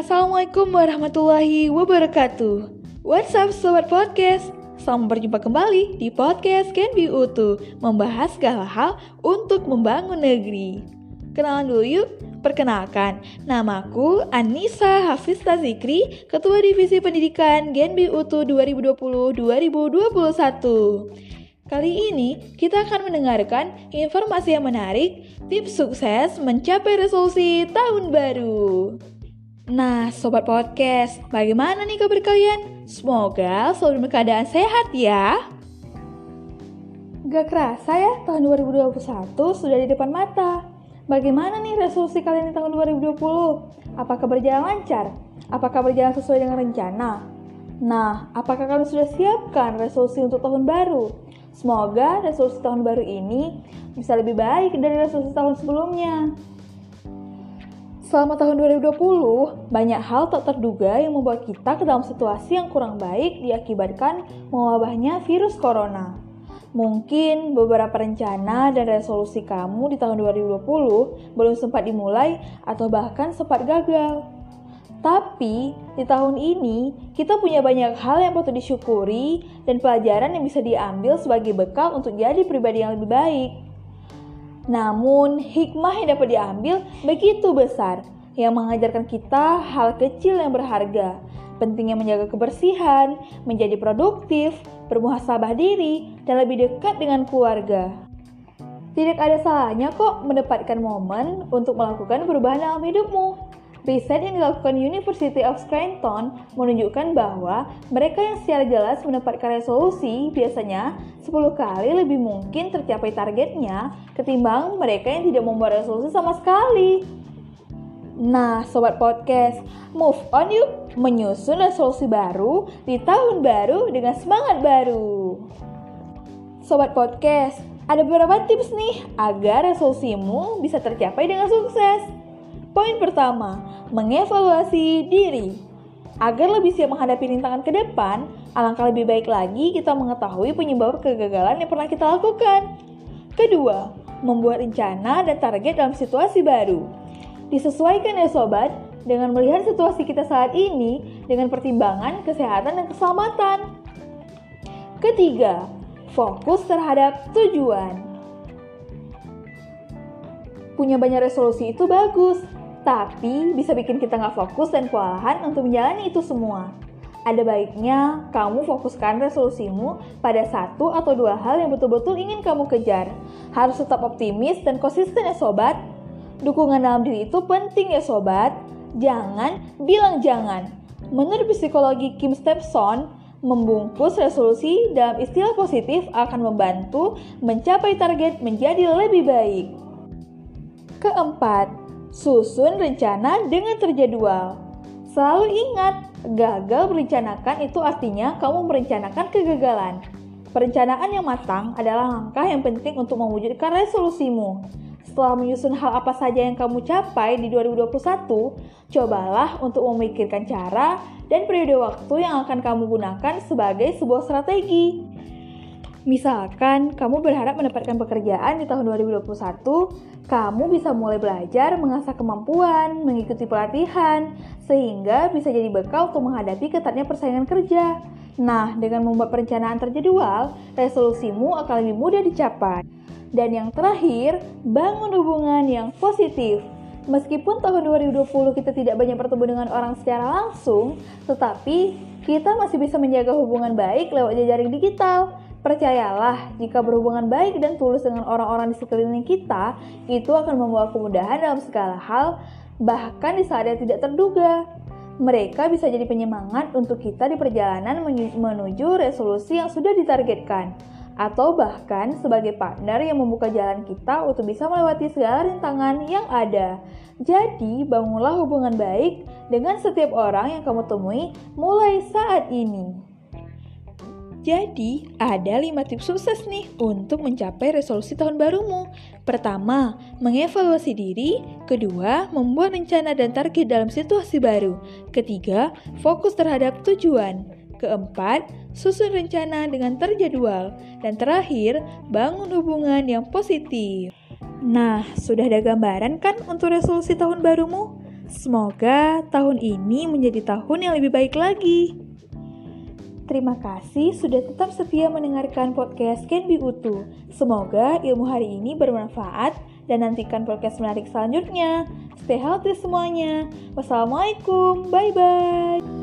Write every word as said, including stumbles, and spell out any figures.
Assalamualaikum warahmatullahi wabarakatuh. What's up Sobat Podcast? Selamat berjumpa kembali di podcast Can Be Utuh, membahas segala hal untuk membangun negeri. Kenalan dulu yuk. Perkenalkan, namaku Anissa Hafizta Zikri, Ketua Divisi Pendidikan Can Be Utuh dua ribu dua puluh dua ribu dua puluh satu. Kali ini kita akan mendengarkan informasi yang menarik, tips sukses mencapai resolusi tahun baru. Nah, Sobat Podcast, bagaimana nih kabar kalian? Semoga selalu dalam keadaan sehat ya. Gak kerasa ya, tahun dua ribu dua puluh satu sudah di depan mata. Bagaimana nih resolusi kalian di tahun dua ribu dua puluh? Apakah berjalan lancar? Apakah berjalan sesuai dengan rencana? Nah, apakah kalian sudah siapkan resolusi untuk tahun baru? Semoga resolusi tahun baru ini bisa lebih baik dari resolusi tahun sebelumnya. Selama tahun dua ribu dua puluh, banyak hal tak terduga yang membuat kita ke dalam situasi yang kurang baik diakibatkan mewabahnya virus corona. Mungkin beberapa rencana dan resolusi kamu di tahun dua ribu dua puluh belum sempat dimulai atau bahkan sempat gagal. Tapi di tahun ini kita punya banyak hal yang patut disyukuri dan pelajaran yang bisa diambil sebagai bekal untuk jadi pribadi yang lebih baik. Namun, hikmah yang dapat diambil begitu besar, yang mengajarkan kita hal kecil yang berharga, pentingnya menjaga kebersihan, menjadi produktif, bermuhasabah diri, dan lebih dekat dengan keluarga. Tidak ada salahnya kok mendapatkan momen untuk melakukan perubahan dalam hidupmu. Riset yang dilakukan University of Scranton menunjukkan bahwa mereka yang secara jelas menempatkan resolusi biasanya sepuluh kali lebih mungkin tercapai targetnya ketimbang mereka yang tidak membuat resolusi sama sekali. Nah, Sobat Podcast, move on yuk menyusun resolusi baru di tahun baru dengan semangat baru. Sobat Podcast, ada beberapa tips nih agar resolusimu bisa tercapai dengan sukses. Poin pertama, mengevaluasi diri. Agar lebih siap menghadapi rintangan ke depan, alangkah lebih baik lagi kita mengetahui penyebab kegagalan yang pernah kita lakukan. Kedua, membuat rencana dan target dalam situasi baru. Disesuaikan ya sobat, dengan melihat situasi kita saat ini dengan pertimbangan kesehatan dan keselamatan. Ketiga, fokus terhadap tujuan. Punya banyak resolusi itu bagus, tapi bisa bikin kita nggak fokus dan kewalahan untuk menjalani itu semua. Ada baiknya kamu fokuskan resolusimu pada satu atau dua hal yang betul-betul ingin kamu kejar. Harus tetap optimis dan konsisten ya sobat. Dukungan dalam diri itu penting ya sobat. Jangan bilang jangan. Menurut psikologi Kim Stepson, membungkus resolusi dalam istilah positif akan membantu mencapai target menjadi lebih baik. Keempat, susun rencana dengan terjadwal. Selalu ingat, gagal merencanakan itu artinya kamu merencanakan kegagalan. Perencanaan yang matang adalah langkah yang penting untuk mewujudkan resolusimu. Setelah menyusun hal apa saja yang kamu capai di dua ribu dua puluh satu, cobalah untuk memikirkan cara dan periode waktu yang akan kamu gunakan sebagai sebuah strategi. Misalkan, kamu berharap mendapatkan pekerjaan di tahun dua ribu dua puluh satu, kamu bisa mulai belajar mengasah kemampuan, mengikuti pelatihan, sehingga bisa jadi bekal untuk menghadapi ketatnya persaingan kerja. Nah, dengan membuat perencanaan terjadwal, resolusimu akan lebih mudah dicapai. Dan yang terakhir, bangun hubungan yang positif. Meskipun tahun dua ribu dua puluh kita tidak banyak bertemu dengan orang secara langsung, tetapi kita masih bisa menjaga hubungan baik lewat jejaring digital. Percayalah, jika berhubungan baik dan tulus dengan orang-orang di sekeliling kita, itu akan membawa kemudahan dalam segala hal, bahkan di saat yang tidak terduga. Mereka bisa jadi penyemangat untuk kita di perjalanan menuju resolusi yang sudah ditargetkan, atau bahkan sebagai partner yang membuka jalan kita untuk bisa melewati segala rintangan yang ada. Jadi, bangunlah hubungan baik dengan setiap orang yang kamu temui mulai saat ini. Jadi, ada lima tips sukses nih untuk mencapai resolusi tahun barumu. Pertama, mengevaluasi diri. Kedua, membuat rencana dan target dalam situasi baru. Ketiga, fokus terhadap tujuan. Keempat, susun rencana dengan terjadwal. Dan terakhir, bangun hubungan yang positif. Nah, sudah ada gambaran kan untuk resolusi tahun barumu? Semoga tahun ini menjadi tahun yang lebih baik lagi. Terima kasih sudah tetap setia mendengarkan podcast Can Be Utu. Semoga ilmu hari ini bermanfaat dan nantikan podcast menarik selanjutnya. Stay healthy semuanya. Wassalamualaikum. Bye-bye.